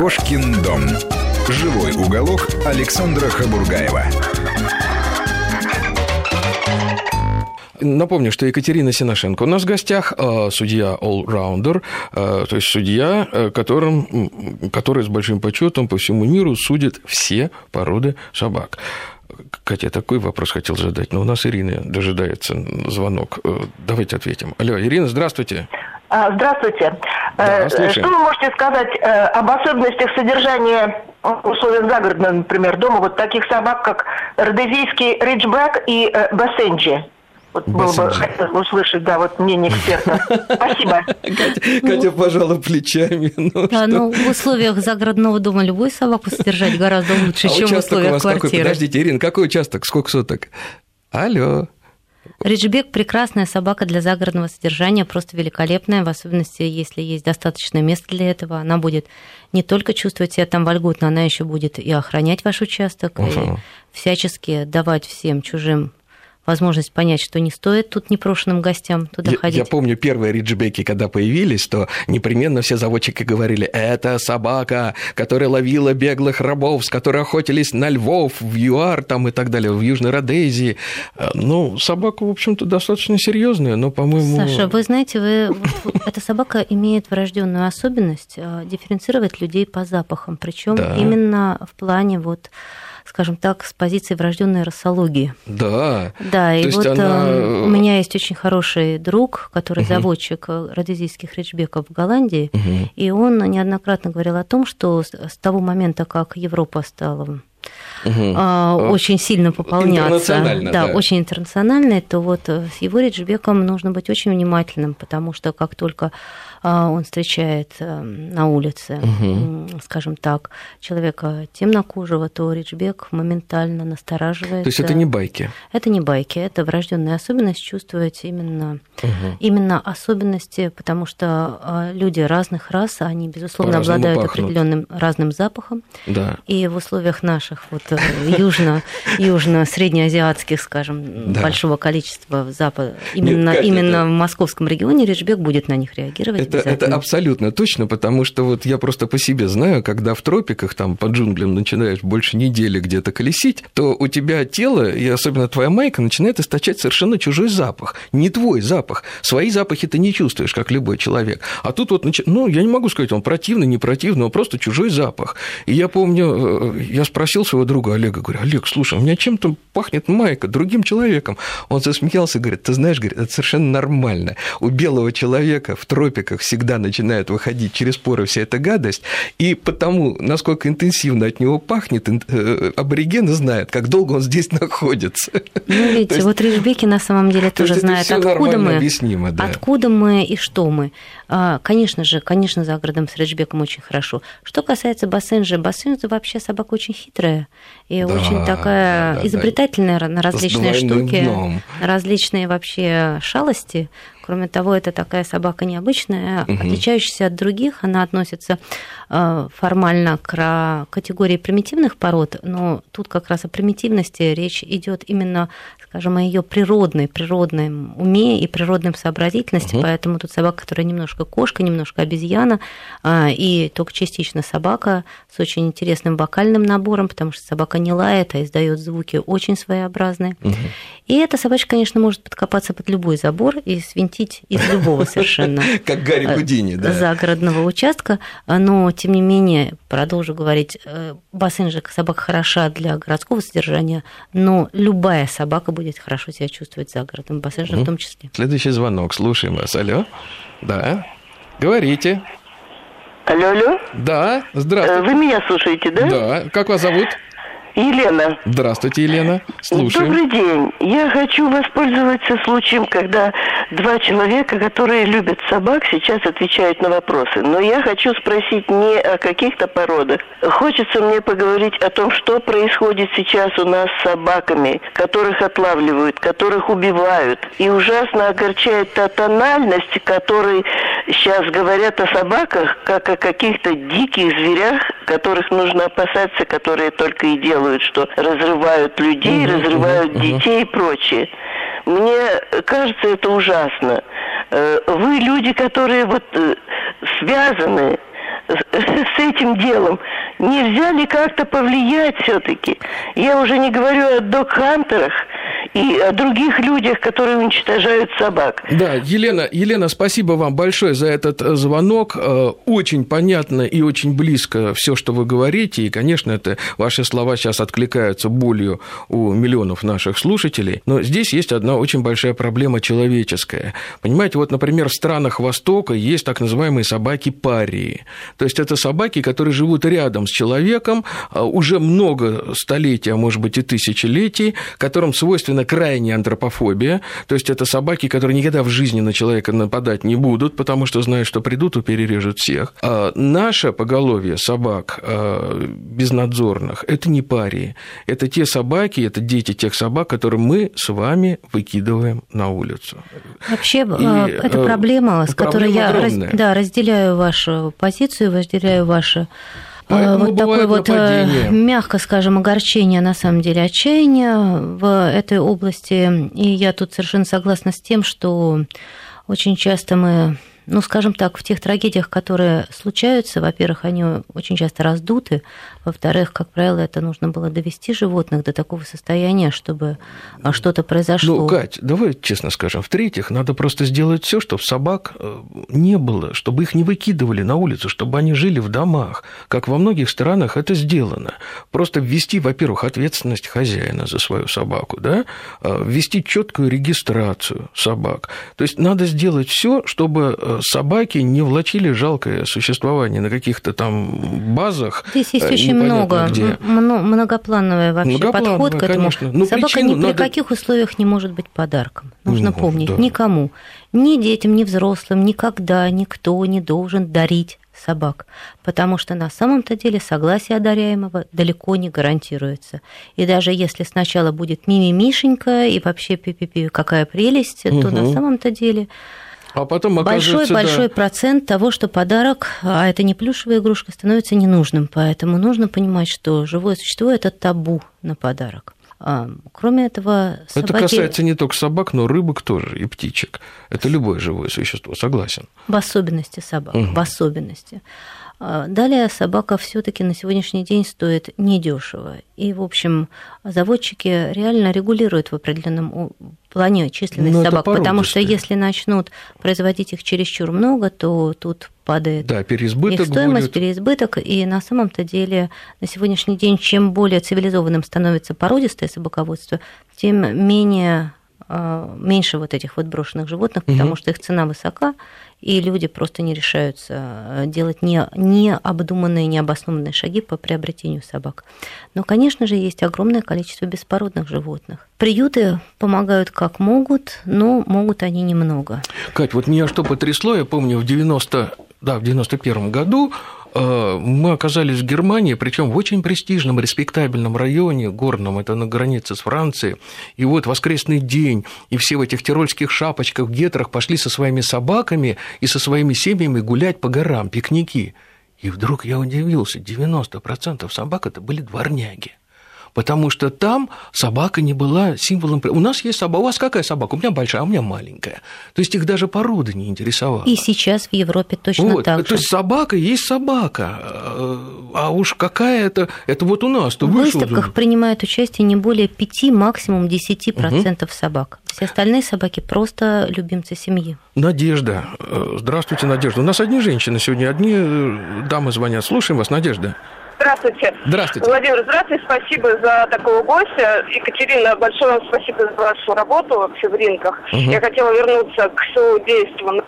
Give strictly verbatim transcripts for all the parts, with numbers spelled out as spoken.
Кошкин дом. Живой уголок Александра Хабургаева. Напомню, что Екатерина Синошенко у нас в гостях, судья all-rounder, то есть судья, которым, который с большим почетом по всему миру судит все породы собак. Катя, такой вопрос хотел задать, но у нас Ирина дожидается звонок. Давайте ответим. Алло, Ирина, здравствуйте. Здравствуйте. Да, что вы можете сказать об особенностях содержания в условиях загородного, например, дома вот таких собак, как родезийский риджбек и бассенджи? Вот было бы хотелось услышать, да, вот мнение эксперта. Спасибо. Катя, Катя пожала плечами. Ну, да, ну в условиях загородного дома любую собаку содержать гораздо лучше, а чем в условиях квартиры. Какой? Подождите, Ирина, какой участок? Сколько соток? Алло. Риджбек – прекрасная собака для загородного содержания, просто великолепная, в особенности, если есть достаточное место для этого. Она будет не только чувствовать себя там вольготно, она еще будет и охранять ваш участок, угу. и всячески давать всем чужим возможность понять, что не стоит тут непрошенным гостям туда я, ходить. Я помню, первые риджбеки, когда появились, то непременно все заводчики говорили, это собака, которая ловила беглых рабов, с которой охотились на львов в ЮАР там, и так далее, в Южной Родезии. Ну, собака, в общем-то, достаточно серьезная, но, по-моему... Саша, вы знаете, вы... эта собака имеет врожденную особенность дифференцировать людей по запахам, причем да. именно в плане вот... скажем так, с позиции врожденной расологии. Да. Да, и вот она... у меня есть очень хороший друг, который угу. заводчик родезийских риджбеков в Голландии, угу. и он неоднократно говорил о том, что с того момента, как Европа стала угу. очень сильно пополняться, да, да, очень интернациональной, то вот с его риджбеком нужно быть очень внимательным, потому что как только он встречает на улице, угу. скажем так, человека темнокожего, то риджбек моментально настораживается. То есть это не байки? Это не байки, это врожденная особенность чувствовать именно, угу. именно особенности, потому что люди разных рас, они, безусловно, обладают пахнут. определенным разным запахом. Да. И в условиях наших вот южно, южно-среднеазиатских, скажем, да. большого количества запахов, именно, Нет, именно это... в московском регионе риджбек будет на них реагировать. Это, это абсолютно точно, потому что вот я просто по себе знаю, когда в тропиках, там, по джунглям начинаешь больше недели где-то колесить, то у тебя тело, и особенно твоя майка, начинает источать совершенно чужой запах, не твой запах. Свои запахи ты не чувствуешь, как любой человек. А тут вот, ну, я не могу сказать, он противный, не противный, он просто чужой запах. И я помню, я спросил своего друга Олега, говорю, Олег, слушай, у меня чем-то пахнет майка другим человеком. Он засмеялся и говорит, ты знаешь, говорит, это совершенно нормально. У белого человека в тропиках всегда начинает выходить через поры вся эта гадость, и потому, насколько интенсивно от него пахнет, аборигены знают, как долго он здесь находится. Ну, видите, есть, вот риджбеки на самом деле то тоже знают, откуда мы, да. откуда мы и что мы. Конечно же, конечно, за городом с риджбеком очень хорошо. Что касается бассенджи, бассенджи вообще собака очень хитрая и да, очень такая да, изобретательная да, на различные штуки, дном. на различные вообще шалости. Кроме того, это такая собака необычная, угу. отличающаяся от других. Она относится формально к категории примитивных пород, но тут как раз о примитивности речь идет именно, скажем, о ее природной, природном уме и природной сообразительности. Угу. Поэтому тут собака, которая немножко кошка, немножко обезьяна, и только частично собака с очень интересным вокальным набором, потому что собака не лает, а издает звуки очень своеобразные. Угу. И эта собачка, конечно, может подкопаться под любой забор и свинтить из любого совершенно как Гарри Гудини, да. загородного участка, но, тем не менее, продолжу говорить, бассенджи собака хороша для городского содержания, но любая собака будет хорошо себя чувствовать за городом, бассенджи в том числе. Следующий звонок, слушаем вас. Алло, да, говорите. Алло, алло. Да, здравствуйте. Вы меня слушаете, да? Да, как вас зовут? Елена. Здравствуйте, Елена. Слушаем. Добрый день. Я хочу воспользоваться случаем, когда два человека, которые любят собак, сейчас отвечают на вопросы. Но я хочу спросить не о каких-то породах. Хочется мне поговорить о том, что происходит сейчас у нас с собаками, которых отлавливают, которых убивают. И ужасно огорчает та тональность, которой сейчас говорят о собаках, как о каких-то диких зверях, которых нужно опасаться, которые только и делают, что разрывают людей, uh-huh, разрывают uh-huh, детей uh-huh. и прочее. Мне кажется, это ужасно. Вы люди, которые вот связаны с этим делом? Нельзя ли как-то повлиять все-таки? Я уже не говорю о дог-хантерах и о других людях, которые уничтожают собак. Да, Елена, Елена, спасибо вам большое за этот звонок. Очень понятно и очень близко все, что вы говорите. И, конечно, это ваши слова сейчас откликаются болью у миллионов наших слушателей. Но здесь есть одна очень большая проблема человеческая. Понимаете, вот, например, в странах Востока есть так называемые собаки-парии. То есть это собаки, которые живут рядом с человеком уже много столетий, а может быть и тысячелетий, которым свойственна крайняя антропофобия. То есть это собаки, которые никогда в жизни на человека нападать не будут, потому что знают, что придут и перережут всех. А наше поголовье собак безнадзорных – это не парии. Это те собаки, это дети тех собак, которые мы с вами выкидываем на улицу. Вообще, и это проблема, с которой я раз, да, разделяю вашу позицию, разделяю ваши... Поэтому вот такое вот, нападение. Мягко скажем, огорчение, на самом деле отчаяние в этой области. И я тут совершенно согласна с тем, что очень часто мы, ну, скажем так, в тех трагедиях, которые случаются, во-первых, они очень часто раздуты, во-вторых, как правило, это нужно было довести животных до такого состояния, чтобы что-то произошло. Ну, Кать, давай честно скажем, в-третьих, надо просто сделать все, чтобы собак не было, чтобы их не выкидывали на улицу, чтобы они жили в домах, как во многих странах это сделано. Просто ввести, во-первых, ответственность хозяина за свою собаку, да, ввести четкую регистрацию собак. То есть надо сделать все, чтобы собаки не влачили жалкое существование на каких-то там базах. Здесь есть очень много, где. многоплановый вообще Многоплановый, подход к этому. Ну, собака ни надо... при каких условиях не может быть подарком. Нужно ну, помнить, да. никому, ни детям, ни взрослым, никогда никто не должен дарить собак, потому что на самом-то деле согласие одаряемого далеко не гарантируется. И даже если сначала будет мими-мишенька и вообще пи-пи-пи, какая прелесть, угу. то на самом-то деле... А потом большой-большой да... процент того, что подарок, а это не плюшевая игрушка, становится ненужным. Поэтому нужно понимать, что живое существо – это табу на подарок. А, кроме этого, собаки... Это касается не только собак, но и рыбок тоже, и птичек. Это любое живое существо, согласен. В особенности собак, угу. в особенности. Далее собака все-таки на сегодняшний день стоит недешево. И, в общем, заводчики реально регулируют в определенном плане численность Но собак, потому что если начнут производить их чересчур много, то тут падает да, переизбыток их стоимость, будет. переизбыток. И на самом-то деле на сегодняшний день, чем более цивилизованным становится породистое собаководство, тем менее... меньше вот этих вот брошенных животных, потому угу. что их цена высока, и люди просто не решаются делать не, необдуманные, необоснованные шаги по приобретению собак. Но, конечно же, есть огромное количество беспородных животных. Приюты помогают как могут, но могут они немного. Кать, вот меня что потрясло, я помню, в девяносто, да, в девяносто первом году мы оказались в Германии, причем в очень престижном, респектабельном районе, горном, это на границе с Францией. И вот воскресный день, и все в этих тирольских шапочках, гетрах пошли со своими собаками и со своими семьями гулять по горам, пикники. И вдруг я удивился, девяносто процентов собак – это были дворняги. Потому что там собака не была символом... У нас есть собака. У вас какая собака? У меня большая, а у меня маленькая. То есть их даже порода не интересовала. И сейчас в Европе точно вот. так же. То есть собака есть собака. А уж какая это... Это вот у нас. В выставках принимают участие не более пяти, максимум десяти процентов угу. собак. Все остальные собаки просто любимцы семьи. Надежда. Здравствуйте, Надежда. У нас одни женщины сегодня, одни дамы звонят. Слушаем вас, Надежда. Здравствуйте. Здравствуйте. Владимир, здравствуйте, спасибо за такого гостя. Екатерина, большое вам спасибо за вашу работу вообще в рынках. Угу. Я хотела вернуться к своему действию.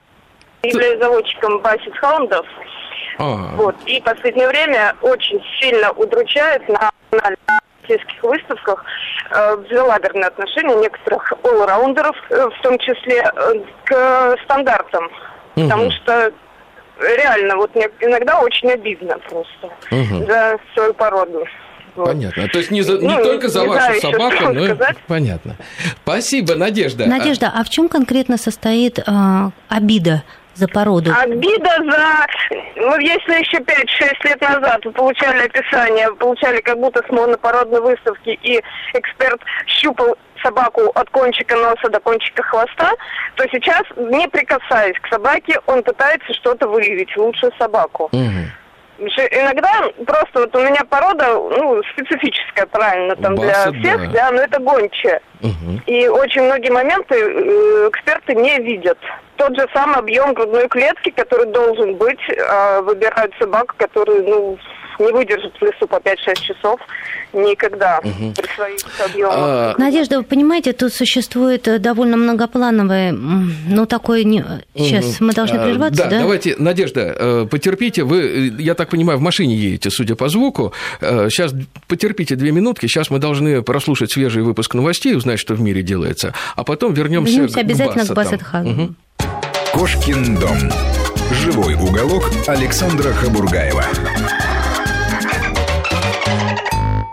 Я являюсь заводчиком бассет-хаундов. А. Вот. И в последнее время очень сильно удручает на российских выставках э, безалаберное отношение некоторых олл-раундеров, э, в том числе э, к стандартам. Угу. Потому что реально, вот мне иногда очень обидно просто угу. за свою породу. Вот. Понятно. То есть не, за, не ну, только за не вашу собаку, но и... Понятно. Спасибо, Надежда. Надежда, а в чем конкретно состоит э, обида за породу? Обида за... Ну, если еще пять-шесть лет назад вы получали описание, получали как будто с монопородной выставки, и эксперт щупал собаку от кончика носа до кончика хвоста, то сейчас, не прикасаясь к собаке, он пытается что-то выявить, лучшую собаку. Угу. Иногда просто вот у меня порода, ну, специфическая, правильно, там Бассет, для всех, да. да, но это гончая. Угу. И очень многие моменты эксперты не видят. Тот же самый объем грудной клетки, который должен быть, выбирают собаку, которая, ну, не выдержит в лесу по пять-шесть часов никогда угу. при своих объемах. А... Надежда, вы понимаете, тут существует довольно многоплановое, ну, такое... Не... Сейчас угу. мы должны прерваться, а, да? Да, давайте, Надежда, потерпите, вы, я так понимаю, в машине едете, судя по звуку. Сейчас потерпите две минутки, сейчас мы должны прослушать свежий выпуск новостей, узнать, что в мире делается, а потом вернемся, вернемся к обязательно к Бассет-хану. Угу. Кошкин дом. Живой уголок Александра Хабургаева.